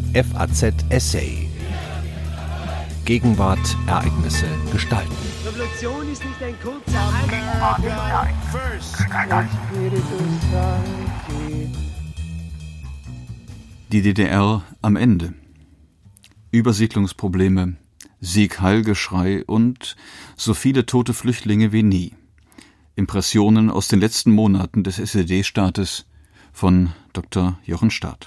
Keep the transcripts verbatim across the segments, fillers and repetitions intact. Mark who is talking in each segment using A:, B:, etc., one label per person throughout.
A: F A Z Essay. Gegenwart, Ereignisse, Gestalten.
B: Revolution ist nicht ein kurzer
C: Die D D R am Ende. Übersiedlungsprobleme, Sieg-Heil-Geschrei und so viele tote Flüchtlinge wie nie. Impressionen aus den letzten Monaten des S E D-Staates von Doktor Jochen Staat.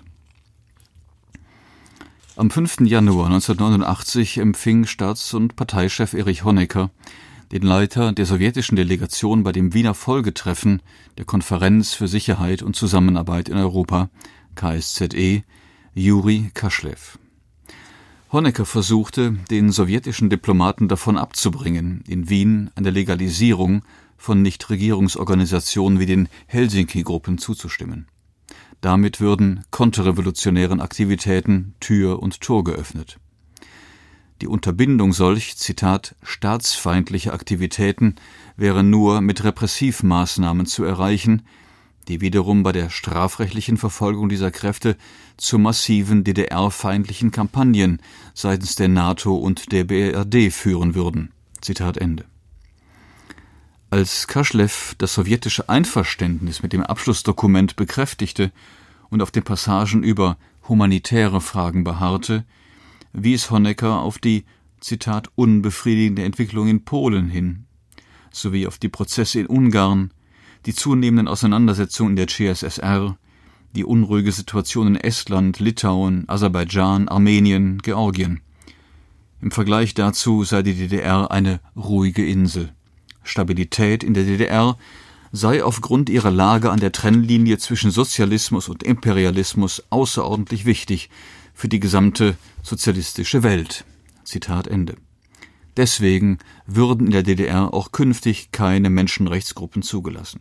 C: Am fünften Januar neunzehnhundertneunundachtzig empfing Staats- und Parteichef Erich Honecker den Leiter der sowjetischen Delegation bei dem Wiener Folgetreffen der Konferenz für Sicherheit und Zusammenarbeit in Europa, K S Z E, Juri Kaschlew. Honecker versuchte, den sowjetischen Diplomaten davon abzubringen, in Wien an der Legalisierung von Nichtregierungsorganisationen wie den Helsinki-Gruppen zuzustimmen. Damit würden konterrevolutionären Aktivitäten Tür und Tor geöffnet. Die Unterbindung solch, Zitat, staatsfeindliche Aktivitäten wäre nur mit Repressivmaßnahmen zu erreichen, die wiederum bei der strafrechtlichen Verfolgung dieser Kräfte zu massiven D D R-feindlichen Kampagnen seitens der NATO und der B R D führen würden. Zitat Ende. Als Kaschlew das sowjetische Einverständnis mit dem Abschlussdokument bekräftigte und auf den Passagen über humanitäre Fragen beharrte, wies Honecker auf die, Zitat, unbefriedigende Entwicklung in Polen hin, sowie auf die Prozesse in Ungarn, die zunehmenden Auseinandersetzungen in der C S S R, die unruhige Situation in Estland, Litauen, Aserbaidschan, Armenien, Georgien. Im Vergleich dazu sei die D D R eine ruhige Insel. Stabilität in der D D R sei aufgrund ihrer Lage an der Trennlinie zwischen Sozialismus und Imperialismus außerordentlich wichtig für die gesamte sozialistische Welt. Zitat Ende. Deswegen würden in der D D R auch künftig keine Menschenrechtsgruppen zugelassen.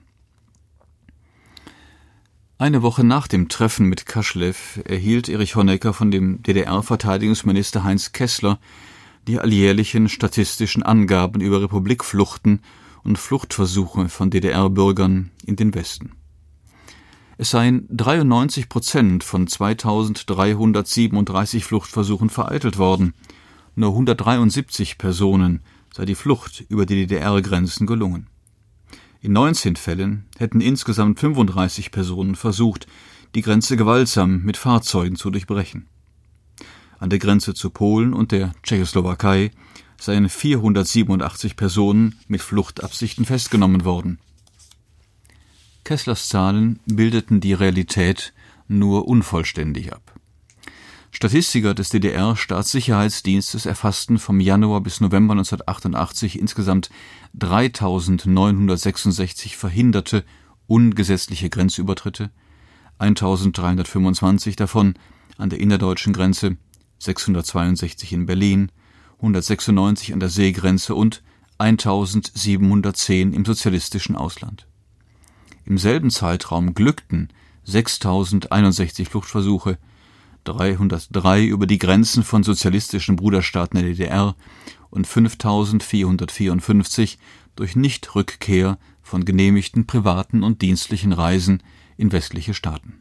C: Eine Woche nach dem Treffen mit Kaschlew erhielt Erich Honecker von dem D D R-Verteidigungsminister Heinz Kessler die alljährlichen statistischen Angaben über Republikfluchten und Fluchtversuche von D D R-Bürgern in den Westen. Es seien dreiundneunzig Prozent von zweitausenddreihundertsiebenunddreißig Fluchtversuchen vereitelt worden. Nur hundertdreiundsiebzig Personen sei die Flucht über die D D R-Grenzen gelungen. In neunzehn Fällen hätten insgesamt fünfunddreißig Personen versucht, die Grenze gewaltsam mit Fahrzeugen zu durchbrechen. An der Grenze zu Polen und der Tschechoslowakei seien vierhundertsiebenundachtzig Personen mit Fluchtabsichten festgenommen worden. Kesslers Zahlen bildeten die Realität nur unvollständig ab. Statistiker des D D R-Staatssicherheitsdienstes erfassten vom Januar bis November neunzehnhundertachtundachtzig insgesamt dreitausendneunhundertsechsundsechzig verhinderte ungesetzliche Grenzübertritte, eintausenddreihundertfünfundzwanzig davon an der innerdeutschen Grenze, sechshundertzweiundsechzig in Berlin, hundertsechsundneunzig an der Seegrenze und eintausendsiebenhundertzehn im sozialistischen Ausland. Im selben Zeitraum glückten sechstausendeinundsechzig Fluchtversuche, dreihundertdrei über die Grenzen von sozialistischen Bruderstaaten der D D R und fünftausendvierhundertvierundfünfzig durch Nichtrückkehr von genehmigten privaten und dienstlichen Reisen in westliche Staaten.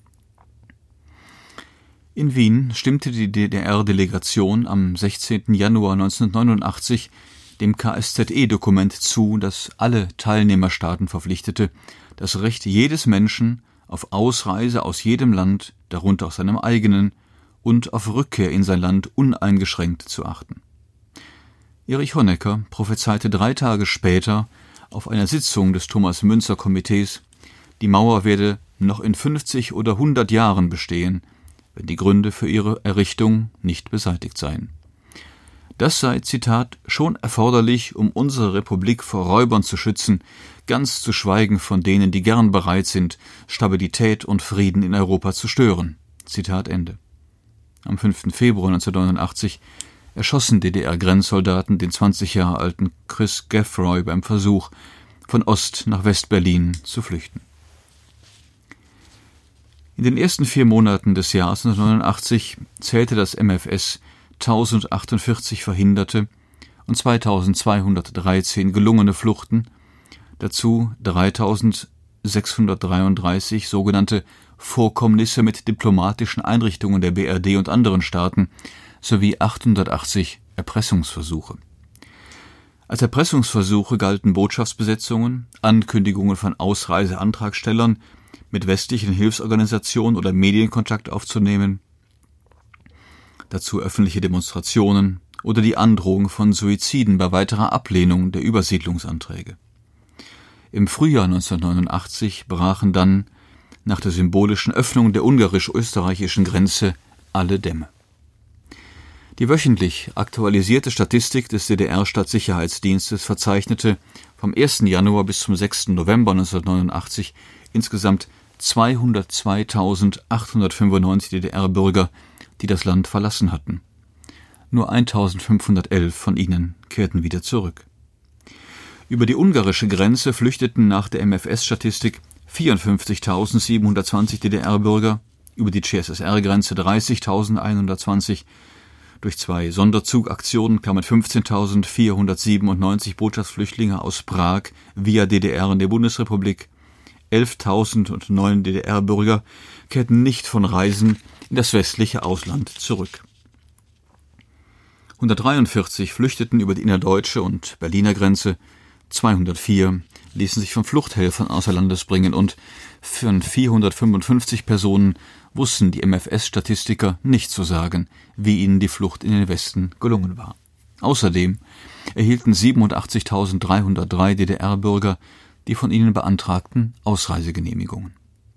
C: In Wien stimmte die D D R-Delegation am sechzehnten Januar neunzehnhundertneunundachtzig dem K S Z E-Dokument zu, das alle Teilnehmerstaaten verpflichtete, das Recht jedes Menschen auf Ausreise aus jedem Land, darunter aus seinem eigenen, und auf Rückkehr in sein Land uneingeschränkt zu achten. Erich Honecker prophezeite drei Tage später auf einer Sitzung des Thomas-Müntzer-Komitees, die Mauer werde noch in fünfzig oder hundert Jahren bestehen, wenn die Gründe für ihre Errichtung nicht beseitigt seien. Das sei, Zitat, schon erforderlich, um unsere Republik vor Räubern zu schützen, ganz zu schweigen von denen, die gern bereit sind, Stabilität und Frieden in Europa zu stören. Zitat Ende. Am fünften Februar neunzehnhundertneunundachtzig erschossen D D R-Grenzsoldaten den zwanzig Jahre alten Chris Geffroy beim Versuch, von Ost- nach West-Berlin zu flüchten. In den ersten vier Monaten des Jahres neunzehnhundertneunundachtzig zählte das M F S tausendachtundvierzig verhinderte und zweitausendzweihundertdreizehn gelungene Fluchten, dazu dreitausendsechshundertdreiunddreißig sogenannte Vorkommnisse mit diplomatischen Einrichtungen der B R D und anderen Staaten sowie achthundertachtzig Erpressungsversuche. Als Erpressungsversuche galten Botschaftsbesetzungen, Ankündigungen von Ausreiseantragstellern, mit westlichen Hilfsorganisationen oder Medienkontakt aufzunehmen, dazu öffentliche Demonstrationen oder die Androhung von Suiziden bei weiterer Ablehnung der Übersiedlungsanträge. Im Frühjahr neunzehnhundertneunundachtzig brachen dann nach der symbolischen Öffnung der ungarisch-österreichischen Grenze alle Dämme. Die wöchentlich aktualisierte Statistik des D D R-Stadtsicherheitsdienstes verzeichnete vom ersten Januar bis zum sechsten November neunzehnhundertneunundachtzig insgesamt zweihundertzweitausendachthundertfünfundneunzig D D R-Bürger, die das Land verlassen hatten. Nur eintausendfünfhundertelf von ihnen kehrten wieder zurück. Über die ungarische Grenze flüchteten nach der M F S-Statistik vierundfünfzigtausendsiebenhundertzwanzig D D R-Bürger, über die C S S R-Grenze dreißigtausendeinhundertzwanzig, durch zwei Sonderzugaktionen kamen fünfzehntausendvierhundertsiebenundneunzig Botschaftsflüchtlinge aus Prag via D D R in der Bundesrepublik, elftausendneun D D R-Bürger kehrten nicht von Reisen in das westliche Ausland zurück. hundertdreiundvierzig flüchteten über die innerdeutsche und Berliner Grenze, zweihundertvier ließen sich von Fluchthelfern außer Landes bringen und von vierhundertfünfundfünfzig Personen wussten die M F S-Statistiker nicht zu sagen, wie ihnen die Flucht in den Westen gelungen war. Außerdem erhielten siebenundachtzigtausenddreihundertdrei D D R-Bürger die von ihnen beantragten Ausreisegenehmigungen.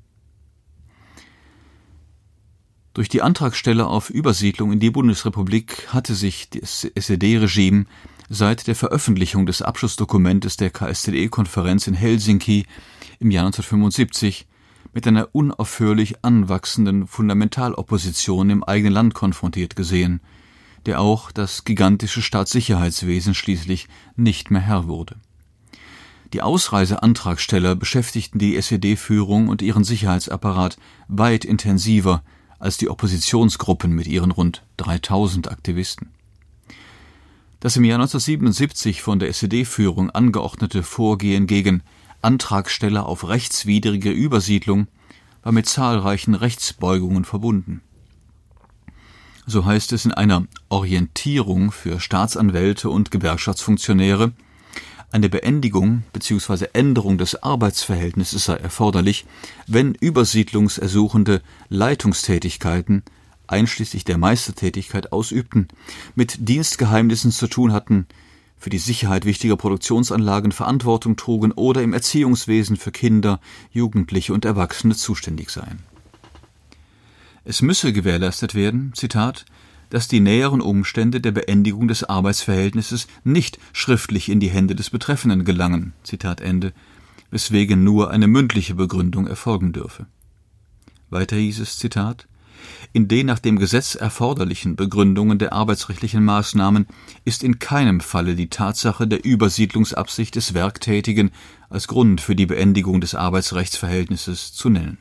C: Durch die Antragsteller auf Übersiedlung in die Bundesrepublik hatte sich das S E D-Regime seit der Veröffentlichung des Abschlussdokumentes der K S Z E-Konferenz in Helsinki im Jahr neunzehnhundertfünfundsiebzig mit einer unaufhörlich anwachsenden Fundamentalopposition im eigenen Land konfrontiert gesehen, der auch das gigantische Staatssicherheitswesen schließlich nicht mehr Herr wurde. Die Ausreiseantragsteller beschäftigten die S E D-Führung und ihren Sicherheitsapparat weit intensiver als die Oppositionsgruppen mit ihren rund dreitausend Aktivisten. Das im Jahr neunzehnhundertsiebenundsiebzig von der S E D-Führung angeordnete Vorgehen gegen Antragsteller auf rechtswidrige Übersiedlung war mit zahlreichen Rechtsbeugungen verbunden. So heißt es in einer Orientierung für Staatsanwälte und Gewerkschaftsfunktionäre, eine Beendigung bzw. Änderung des Arbeitsverhältnisses sei erforderlich, wenn Übersiedlungsersuchende Leitungstätigkeiten, einschließlich der Meistertätigkeit, ausübten, mit Dienstgeheimnissen zu tun hatten, für die Sicherheit wichtiger Produktionsanlagen Verantwortung trugen oder im Erziehungswesen für Kinder, Jugendliche und Erwachsene zuständig seien. Es müsse gewährleistet werden, Zitat, dass die näheren Umstände der Beendigung des Arbeitsverhältnisses nicht schriftlich in die Hände des Betreffenden gelangen, Zitat Ende, weswegen nur eine mündliche Begründung erfolgen dürfe. Weiter hieß es, Zitat, in den nach dem Gesetz erforderlichen Begründungen der arbeitsrechtlichen Maßnahmen ist in keinem Falle die Tatsache der Übersiedlungsabsicht des Werktätigen als Grund für die Beendigung des Arbeitsrechtsverhältnisses zu nennen.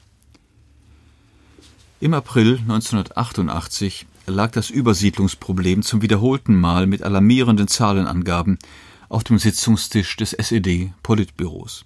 C: Im April neunzehnhundertachtundachtzig lag das Übersiedlungsproblem zum wiederholten Mal mit alarmierenden Zahlenangaben auf dem Sitzungstisch des S E D-Politbüros.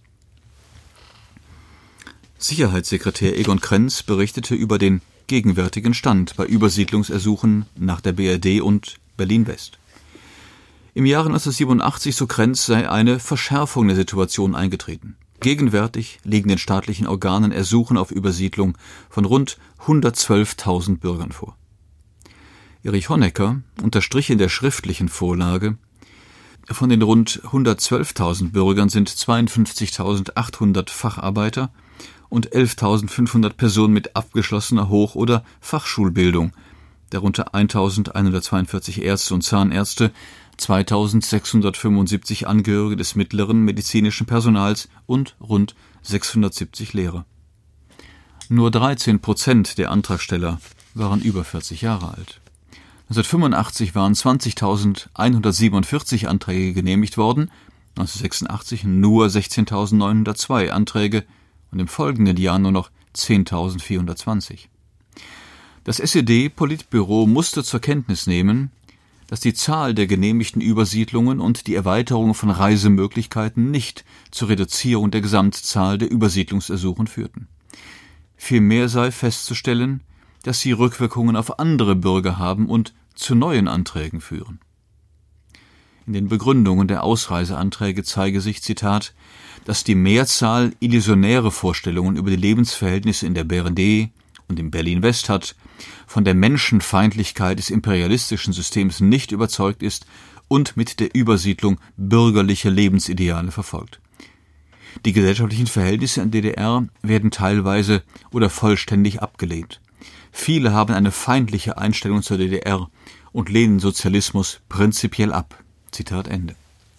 C: Sicherheitssekretär Egon Krenz berichtete über den gegenwärtigen Stand bei Übersiedlungsersuchen nach der B R D und Berlin-West. Im Jahre neunzehnhundertsiebenundachtzig, so Krenz, sei eine Verschärfung der Situation eingetreten. Gegenwärtig liegen den staatlichen Organen Ersuchen auf Übersiedlung von rund hundertzwölftausend Bürgern vor. Erich Honecker unterstrich in der schriftlichen Vorlage, von den rund hundertzwölftausend Bürgern sind zweiundfünfzigtausendachthundert Facharbeiter und elftausendfünfhundert Personen mit abgeschlossener Hoch- oder Fachschulbildung, darunter eintausendeinhundertzweiundvierzig Ärzte und Zahnärzte, zweitausendsechshundertfünfundsiebzig Angehörige des mittleren medizinischen Personals und rund sechshundertsiebzig Lehrer. Nur dreizehn Prozent der Antragsteller waren über vierzig Jahre alt. neunzehnhundertfünfundachtzig waren zwanzigtausendeinhundertsiebenundvierzig Anträge genehmigt worden, neunzehnhundertsechsundachtzig nur sechzehntausendneunhundertzwei Anträge und im folgenden Jahr nur noch zehntausendvierhundertzwanzig. Das S E D-Politbüro musste zur Kenntnis nehmen, dass die Zahl der genehmigten Übersiedlungen und die Erweiterung von Reisemöglichkeiten nicht zur Reduzierung der Gesamtzahl der Übersiedlungsersuchen führten. Vielmehr sei festzustellen, dass sie Rückwirkungen auf andere Bürger haben und zu neuen Anträgen führen. In den Begründungen der Ausreiseanträge zeige sich, Zitat, dass die Mehrzahl illusionäre Vorstellungen über die Lebensverhältnisse in der B R D und in Berlin-West hat, von der Menschenfeindlichkeit des imperialistischen Systems nicht überzeugt ist und mit der Übersiedlung bürgerliche Lebensideale verfolgt. Die gesellschaftlichen Verhältnisse in der D D R werden teilweise oder vollständig abgelehnt. Viele haben eine feindliche Einstellung zur D D R und lehnen Sozialismus prinzipiell ab. Zitat Ende.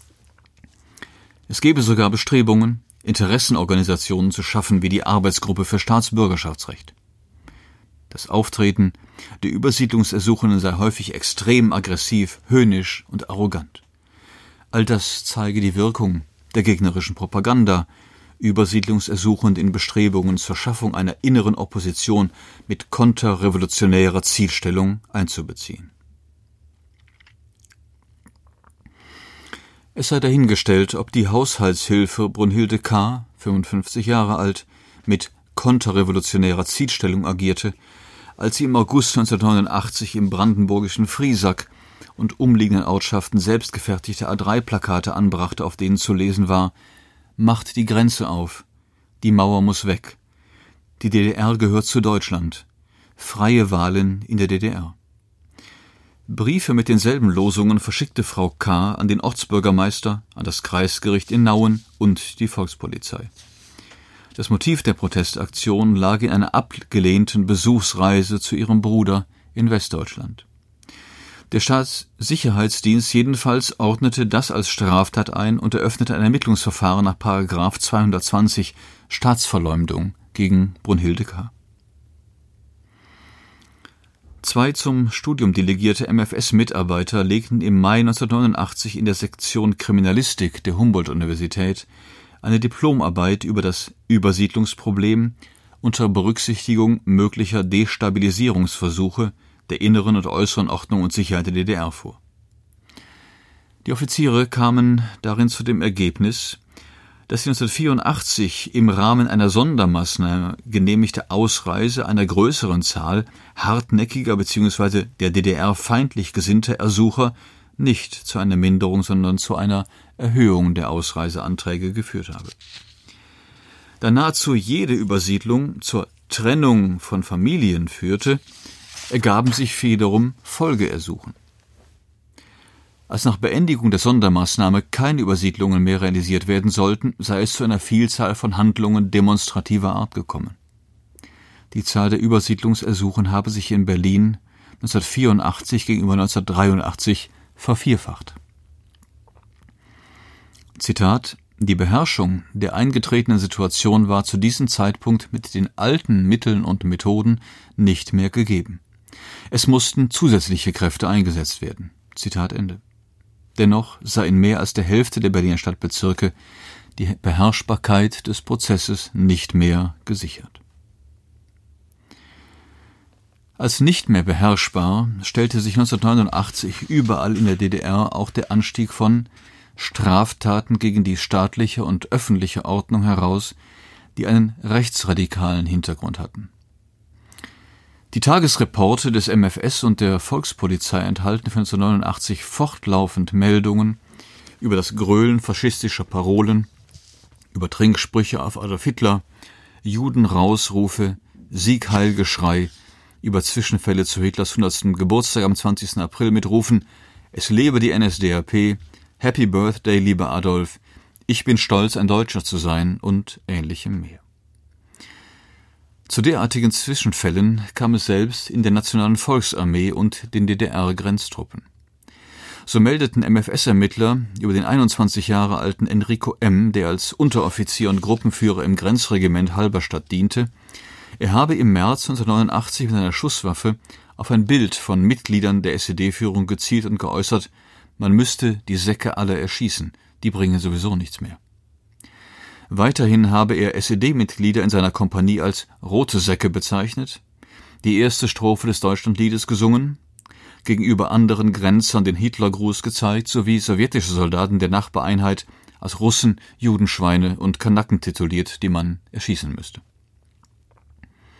C: Es gebe sogar Bestrebungen, Interessenorganisationen zu schaffen wie die Arbeitsgruppe für Staatsbürgerschaftsrecht. Das Auftreten der Übersiedlungsersuchenden sei häufig extrem aggressiv, höhnisch und arrogant. All das zeige die Wirkung der gegnerischen Propaganda, Übersiedlungsersuchende in Bestrebungen zur Schaffung einer inneren Opposition mit konterrevolutionärer Zielstellung einzubeziehen. Es sei dahingestellt, ob die Haushaltshilfe Brunhilde K., fünfundfünfzig Jahre alt, mit konterrevolutionärer Zielstellung agierte, als sie im August neunzehnhundertneunundachtzig im brandenburgischen Friesack und umliegenden Ortschaften selbstgefertigte A drei Plakate anbrachte, auf denen zu lesen war: Macht die Grenze auf, die Mauer muss weg, die D D R gehört zu Deutschland, freie Wahlen in der D D R. Briefe mit denselben Losungen verschickte Frau K. an den Ortsbürgermeister, an das Kreisgericht in Nauen und die Volkspolizei. Das Motiv der Protestaktion lag in einer abgelehnten Besuchsreise zu ihrem Bruder in Westdeutschland. Der Staatssicherheitsdienst jedenfalls ordnete das als Straftat ein und eröffnete ein Ermittlungsverfahren nach Paragraph zweihundertzwanzig Staatsverleumdung gegen Brunhilde K. Zwei zum Studium delegierte M F S-Mitarbeiter legten im Mai neunzehnhundertneunundachtzig in der Sektion Kriminalistik der Humboldt-Universität eine Diplomarbeit über das Übersiedlungsproblem unter Berücksichtigung möglicher Destabilisierungsversuche der inneren und äußeren Ordnung und Sicherheit der D D R vor. Die Offiziere kamen darin zu dem Ergebnis, dass die neunzehnhundertvierundachtzig im Rahmen einer Sondermaßnahme genehmigte Ausreise einer größeren Zahl hartnäckiger bzw. der D D R feindlich gesinnter Ersucher nicht zu einer Minderung, sondern zu einer Erhöhung der Ausreiseanträge geführt habe. Da nahezu jede Übersiedlung zur Trennung von Familien führte, ergaben sich wiederum Folgeersuchen. Als nach Beendigung der Sondermaßnahme keine Übersiedlungen mehr realisiert werden sollten, sei es zu einer Vielzahl von Handlungen demonstrativer Art gekommen. Die Zahl der Übersiedlungsersuchen habe sich in Berlin neunzehnhundertvierundachtzig gegenüber neunzehnhundertdreiundachtzig vervierfacht. Zitat: Die Beherrschung der eingetretenen Situation war zu diesem Zeitpunkt mit den alten Mitteln und Methoden nicht mehr gegeben. Es mussten zusätzliche Kräfte eingesetzt werden. Zitat Ende. Dennoch sei in mehr als der Hälfte der Berliner Stadtbezirke die Beherrschbarkeit des Prozesses nicht mehr gesichert. Als nicht mehr beherrschbar stellte sich neunzehnhundertneunundachtzig überall in der D D R auch der Anstieg von Straftaten gegen die staatliche und öffentliche Ordnung heraus, die einen rechtsradikalen Hintergrund hatten. Die Tagesreporte des M F S und der Volkspolizei enthalten für neunzehnhundertneunundachtzig fortlaufend Meldungen über das Grölen faschistischer Parolen, über Trinksprüche auf Adolf Hitler, Judenrausrufe, Sieg-Heil-Geschrei, über Zwischenfälle zu Hitlers hundertsten Geburtstag am zwanzigsten April mit Rufen »Es lebe die N S D A P«, »Happy Birthday, lieber Adolf«, »Ich bin stolz, ein Deutscher zu sein« und ähnlichem mehr. Zu derartigen Zwischenfällen kam es selbst in der Nationalen Volksarmee und den D D R-Grenztruppen. So meldeten M F S-Ermittler über den einundzwanzig Jahre alten Enrico M., der als Unteroffizier und Gruppenführer im Grenzregiment Halberstadt diente, er habe im März neunzehnhundertneunundachtzig mit einer Schusswaffe auf ein Bild von Mitgliedern der S E D-Führung gezielt und geäußert, man müsste die Säcke alle erschießen, die bringen sowieso nichts mehr. Weiterhin habe er S E D-Mitglieder in seiner Kompanie als »rote Säcke« bezeichnet, die erste Strophe des Deutschlandliedes gesungen, gegenüber anderen Grenzern den Hitlergruß gezeigt, sowie sowjetische Soldaten der Nachbareinheit als Russen, Judenschweine und Kanaken tituliert, die man erschießen müsste.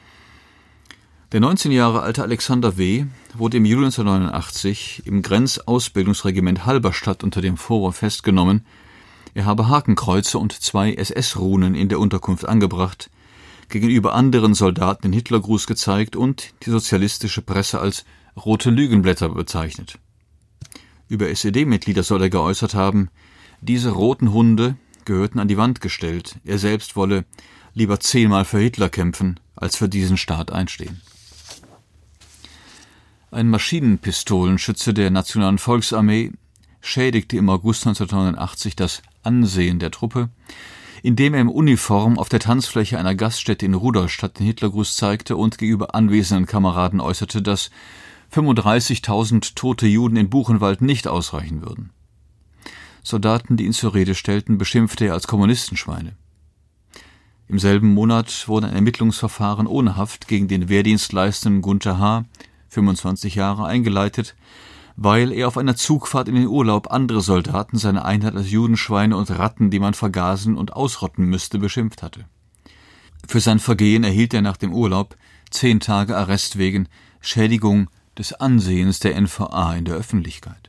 C: Der neunzehn Jahre alte Alexander W. wurde im Juli neunzehnhundertneunundachtzig im Grenzausbildungsregiment Halberstadt unter dem Vorwurf festgenommen, er habe Hakenkreuze und zwei S S-Runen in der Unterkunft angebracht, gegenüber anderen Soldaten den Hitlergruß gezeigt und die sozialistische Presse als rote Lügenblätter bezeichnet. Über S E D-Mitglieder soll er geäußert haben, diese roten Hunde gehörten an die Wand gestellt, er selbst wolle lieber zehnmal für Hitler kämpfen, als für diesen Staat einstehen. Ein Maschinenpistolenschütze der Nationalen Volksarmee schädigte im August neunzehnhundertneunundachtzig das Ansehen der Truppe, indem er in Uniform auf der Tanzfläche einer Gaststätte in Rudolstadt den Hitlergruß zeigte und gegenüber anwesenden Kameraden äußerte, dass fünfunddreißigtausend tote Juden in Buchenwald nicht ausreichen würden. Soldaten, die ihn zur Rede stellten, beschimpfte er als Kommunistenschweine. Im selben Monat wurde ein Ermittlungsverfahren ohne Haft gegen den Wehrdienstleistenden Gunther H., fünfundzwanzig Jahre, eingeleitet, weil er auf einer Zugfahrt in den Urlaub andere Soldaten seiner Einheit als Judenschweine und Ratten, die man vergasen und ausrotten müsste, beschimpft hatte. Für sein Vergehen erhielt er nach dem Urlaub zehn Tage Arrest wegen Schädigung des Ansehens der N V A in der Öffentlichkeit.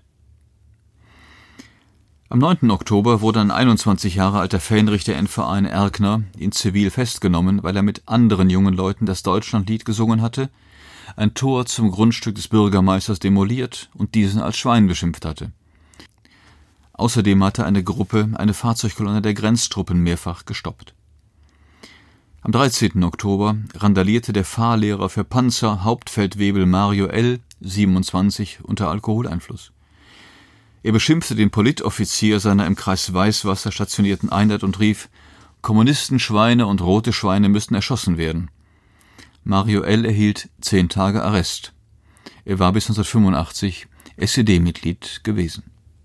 C: Am neunten Oktober wurde ein einundzwanzig Jahre alter Fähnrich der N V A in Erkner in Zivil festgenommen, weil er mit anderen jungen Leuten das Deutschlandlied gesungen hatte, ein Tor zum Grundstück des Bürgermeisters demoliert und diesen als Schwein beschimpft hatte. Außerdem hatte eine Gruppe eine Fahrzeugkolonne der Grenztruppen mehrfach gestoppt. Am dreizehnten Oktober randalierte der Fahrlehrer für Panzer Hauptfeldwebel Mario L., siebenundzwanzig, unter Alkoholeinfluss. Er beschimpfte den Politoffizier seiner im Kreis Weißwasser stationierten Einheit und rief, Kommunistenschweine und rote Schweine müssten erschossen werden. Mario L. erhielt zehn Tage Arrest. Er war bis neunzehnhundertfünfundachtzig S E D-Mitglied gewesen.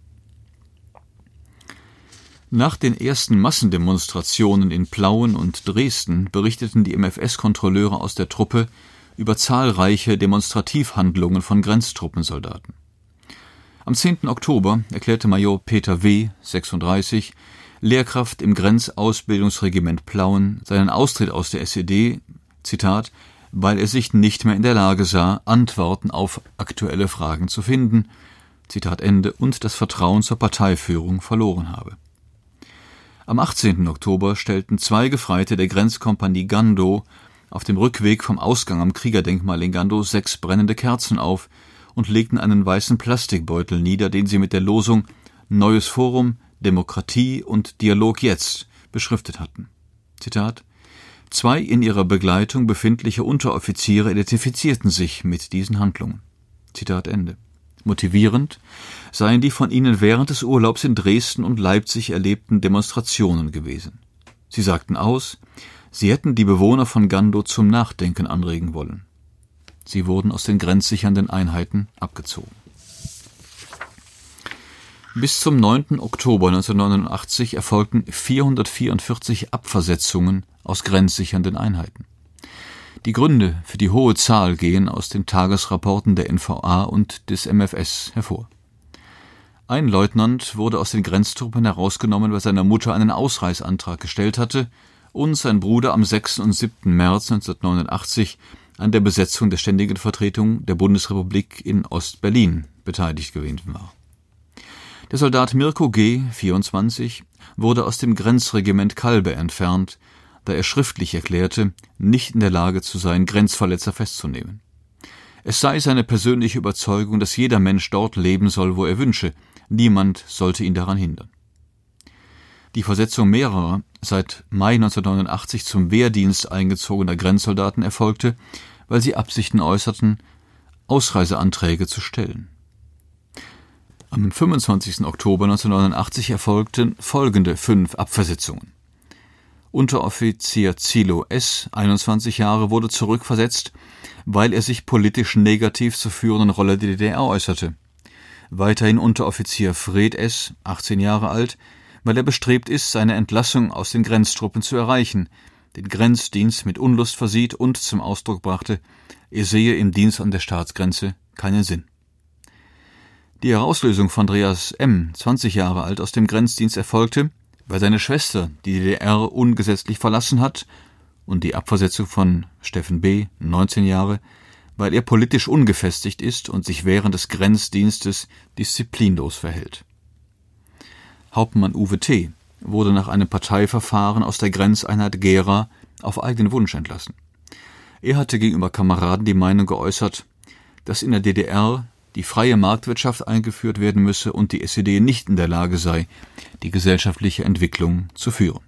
C: Nach den ersten Massendemonstrationen in Plauen und Dresden berichteten die M F S-Kontrolleure aus der Truppe über zahlreiche Demonstrativhandlungen von Grenztruppensoldaten. Am zehnten Oktober erklärte Major Peter W., sechsunddreißig, Lehrkraft im Grenzausbildungsregiment Plauen, seinen Austritt aus der S E D, Zitat, weil er sich nicht mehr in der Lage sah, Antworten auf aktuelle Fragen zu finden, Zitat Ende, und das Vertrauen zur Parteiführung verloren habe. Am achtzehnten Oktober stellten zwei Gefreite der Grenzkompanie Gando auf dem Rückweg vom Ausgang am Kriegerdenkmal in Gando sechs brennende Kerzen auf und legten einen weißen Plastikbeutel nieder, den sie mit der Losung Neues Forum, Demokratie und Dialog jetzt beschriftet hatten. Zitat: Zwei in ihrer Begleitung befindliche Unteroffiziere identifizierten sich mit diesen Handlungen. Zitat Ende. Motivierend seien die von ihnen während des Urlaubs in Dresden und Leipzig erlebten Demonstrationen gewesen. Sie sagten aus, sie hätten die Bewohner von Gando zum Nachdenken anregen wollen. Sie wurden aus den grenzsichernden Einheiten abgezogen. Bis zum neunten Oktober neunzehnhundertneunundachtzig erfolgten vierhundertvierundvierzig Abversetzungen aus grenzsichernden Einheiten. Die Gründe für die hohe Zahl gehen aus den Tagesrapporten der N V A und des M F S hervor. Ein Leutnant wurde aus den Grenztruppen herausgenommen, weil seine Mutter einen Ausreisantrag gestellt hatte und sein Bruder am sechsten und siebten März neunzehnhundertneunundachtzig an der Besetzung der Ständigen Vertretung der Bundesrepublik in Ost-Berlin beteiligt gewesen war. Der Soldat Mirko G., vierundzwanzig, wurde aus dem Grenzregiment Kalbe entfernt, da er schriftlich erklärte, nicht in der Lage zu sein, Grenzverletzer festzunehmen. Es sei seine persönliche Überzeugung, dass jeder Mensch dort leben soll, wo er wünsche, niemand sollte ihn daran hindern. Die Versetzung mehrerer, seit Mai neunzehnhundertneunundachtzig zum Wehrdienst eingezogener Grenzsoldaten erfolgte, weil sie Absichten äußerten, Ausreiseanträge zu stellen. Am fünfundzwanzigsten Oktober neunzehnhundertneunundachtzig erfolgten folgende fünf Abversetzungen. Unteroffizier Zilo S., einundzwanzig Jahre, wurde zurückversetzt, weil er sich politisch negativ zur führenden Rolle der D D R äußerte. Weiterhin Unteroffizier Fred S., achtzehn Jahre alt, weil er bestrebt ist, seine Entlassung aus den Grenztruppen zu erreichen, den Grenzdienst mit Unlust versieht und zum Ausdruck brachte, er sehe im Dienst an der Staatsgrenze keinen Sinn. Die Herauslösung von Andreas M., zwanzig Jahre alt, aus dem Grenzdienst erfolgte, weil seine Schwester die D D R ungesetzlich verlassen hat, und die Abversetzung von Steffen B., neunzehn Jahre, weil er politisch ungefestigt ist und sich während des Grenzdienstes disziplinlos verhält. Hauptmann Uwe T. wurde nach einem Parteiverfahren aus der Grenzeinheit Gera auf eigenen Wunsch entlassen. Er hatte gegenüber Kameraden die Meinung geäußert, dass in der D D R die freie Marktwirtschaft eingeführt werden müsse und die S E D nicht in der Lage sei, die gesellschaftliche Entwicklung zu führen.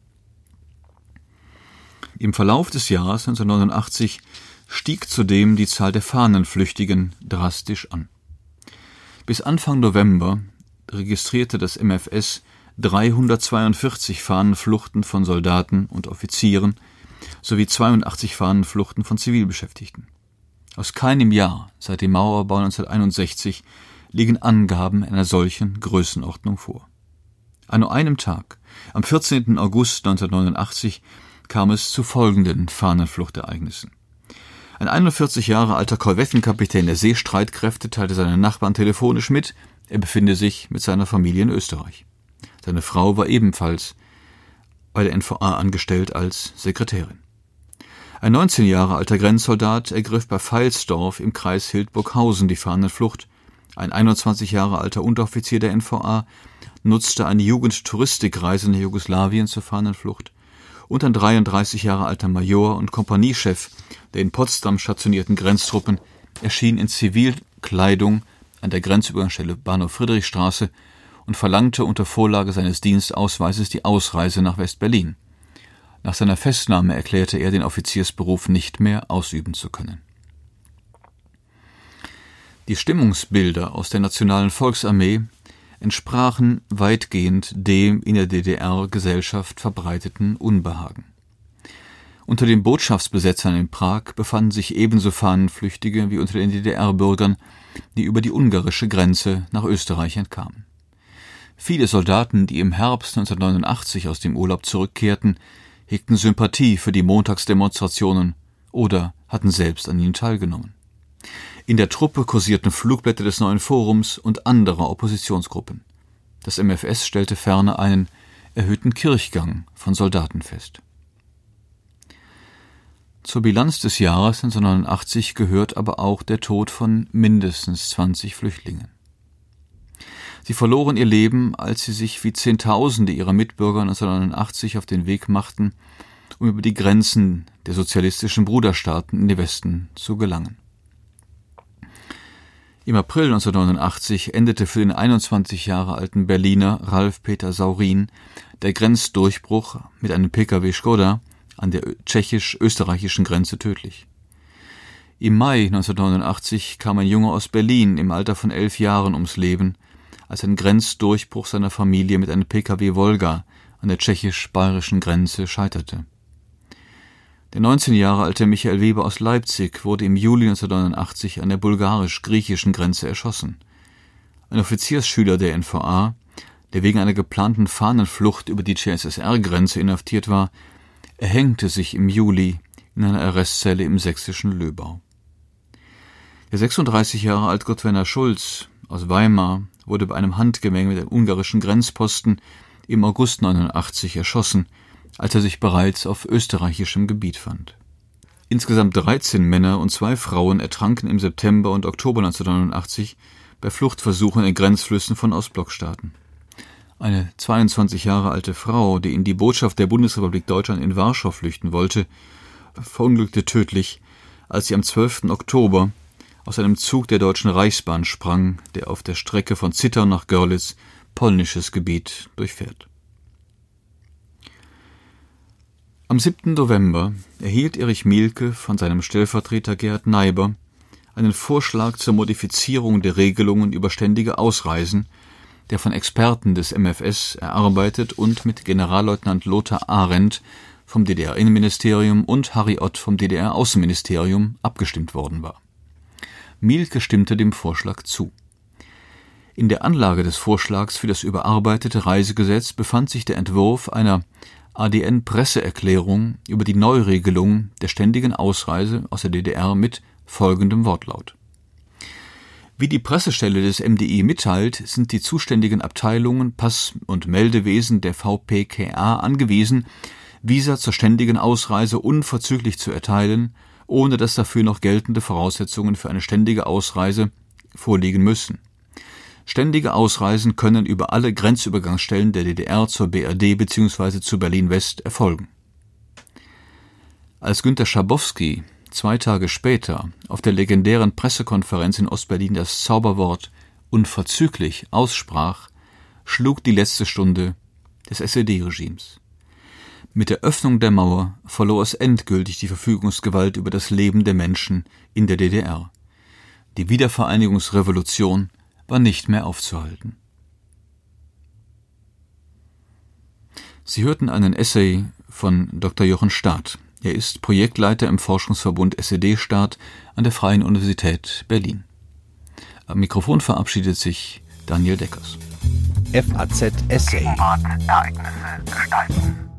C: Im Verlauf des Jahres neunzehnhundertneunundachtzig stieg zudem die Zahl der Fahnenflüchtigen drastisch an. Bis Anfang November registrierte das M F S dreihundertzweiundvierzig Fahnenfluchten von Soldaten und Offizieren sowie zweiundachtzig Fahnenfluchten von Zivilbeschäftigten. Aus keinem Jahr seit dem Mauerbau neunzehnhunderteinundsechzig liegen Angaben einer solchen Größenordnung vor. An nur einem Tag, am vierzehnten August neunzehnhundertneunundachtzig, kam es zu folgenden Fahnenfluchtereignissen. Ein einundvierzig Jahre alter Korvettenkapitän der Seestreitkräfte teilte seinen Nachbarn telefonisch mit, er befinde sich mit seiner Familie in Österreich. Seine Frau war ebenfalls bei der N V A angestellt als Sekretärin. Ein neunzehn Jahre alter Grenzsoldat ergriff bei Veilsdorf im Kreis Hildburghausen die Fahnenflucht. Ein einundzwanzig Jahre alter Unteroffizier der N V A nutzte eine Jugendtouristikreise nach Jugoslawien zur Fahnenflucht. Und ein dreiunddreißig Jahre alter Major und Kompaniechef der in Potsdam stationierten Grenztruppen erschien in Zivilkleidung an der Grenzübergangsstelle Bahnhof Friedrichstraße und verlangte unter Vorlage seines Dienstausweises die Ausreise nach West-Berlin. Nach seiner Festnahme erklärte er, den Offiziersberuf nicht mehr ausüben zu können. Die Stimmungsbilder aus der Nationalen Volksarmee entsprachen weitgehend dem in der D D R-Gesellschaft verbreiteten Unbehagen. Unter den Botschaftsbesetzern in Prag befanden sich ebenso Fahnenflüchtige wie unter den D D R-Bürgern, die über die ungarische Grenze nach Österreich entkamen. Viele Soldaten, die im Herbst neunzehnhundertneunundachtzig aus dem Urlaub zurückkehrten, hegten Sympathie für die Montagsdemonstrationen oder hatten selbst an ihnen teilgenommen. In der Truppe kursierten Flugblätter des Neuen Forums und anderer Oppositionsgruppen. Das M F S stellte ferner einen erhöhten Kirchgang von Soldaten fest. Zur Bilanz des Jahres neunzehnhundertneunundachtzig gehört aber auch der Tod von mindestens zwanzig Flüchtlingen. Sie verloren ihr Leben, als sie sich wie Zehntausende ihrer Mitbürger neunzehnhundertneunundachtzig auf den Weg machten, um über die Grenzen der sozialistischen Bruderstaaten in den Westen zu gelangen. Im April neunzehnhundertneunundachtzig endete für den einundzwanzig Jahre alten Berliner Ralf Peter Saurin der Grenzdurchbruch mit einem P K W Škoda an der tschechisch-österreichischen Grenze tödlich. Im Mai neunzehnhundertneunundachtzig kam ein Junge aus Berlin im Alter von elf Jahren ums Leben, als ein Grenzdurchbruch seiner Familie mit einem P K W Wolga an der tschechisch-bayerischen Grenze scheiterte. Der neunzehn Jahre alte Michael Weber aus Leipzig wurde im Juli neunzehnhundertneunundachtzig an der bulgarisch-griechischen Grenze erschossen. Ein Offiziersschüler der N V A, der wegen einer geplanten Fahnenflucht über die C S S R-Grenze inhaftiert war, erhängte sich im Juli in einer Arrestzelle im sächsischen Löbau. Der sechsunddreißig Jahre alte Gottwerner Schulz aus Weimar wurde bei einem Handgemenge mit einem ungarischen Grenzposten im August neunzehnhundertneunundachtzig erschossen, als er sich bereits auf österreichischem Gebiet fand. Insgesamt dreizehn Männer und zwei Frauen ertranken im September und Oktober neunzehnhundertneunundachtzig bei Fluchtversuchen in Grenzflüssen von Ostblockstaaten. Eine zweiundzwanzig Jahre alte Frau, die in die Botschaft der Bundesrepublik Deutschland in Warschau flüchten wollte, verunglückte tödlich, als sie am zwölften Oktober aus einem Zug der Deutschen Reichsbahn sprang, der auf der Strecke von Zittau nach Görlitz polnisches Gebiet durchfährt. Am siebten November erhielt Erich Mielke von seinem Stellvertreter Gerhard Neiber einen Vorschlag zur Modifizierung der Regelungen über ständige Ausreisen, der von Experten des M F S erarbeitet und mit Generalleutnant Lothar Arendt vom D D R-Innenministerium und Harry Ott vom D D R-Außenministerium abgestimmt worden war. Mielke stimmte dem Vorschlag zu. In der Anlage des Vorschlags für das überarbeitete Reisegesetz befand sich der Entwurf einer A D N-Presseerklärung über die Neuregelung der ständigen Ausreise aus der D D R mit folgendem Wortlaut. Wie die Pressestelle des M D I mitteilt, sind die zuständigen Abteilungen Pass- und Meldewesen der V P K A angewiesen, Visa zur ständigen Ausreise unverzüglich zu erteilen ohne dass dafür noch geltende Voraussetzungen für eine ständige Ausreise vorliegen müssen. Ständige Ausreisen können über alle Grenzübergangsstellen der D D R zur B R D bzw. zu Berlin-West erfolgen. Als Günter Schabowski zwei Tage später auf der legendären Pressekonferenz in Ostberlin das Zauberwort unverzüglich aussprach, schlug die letzte Stunde des S E D-Regimes. Mit der Öffnung der Mauer verlor es endgültig die Verfügungsgewalt über das Leben der Menschen in der D D R. Die Wiedervereinigungsrevolution war nicht mehr aufzuhalten. Sie hörten einen Essay von Doktor Jochen Staat. Er ist Projektleiter im Forschungsverbund S E D-Staat an der Freien Universität Berlin. Am Mikrofon verabschiedet sich Daniel Deckers.
A: F A Z Essay.
B: Ereignisse gestalten.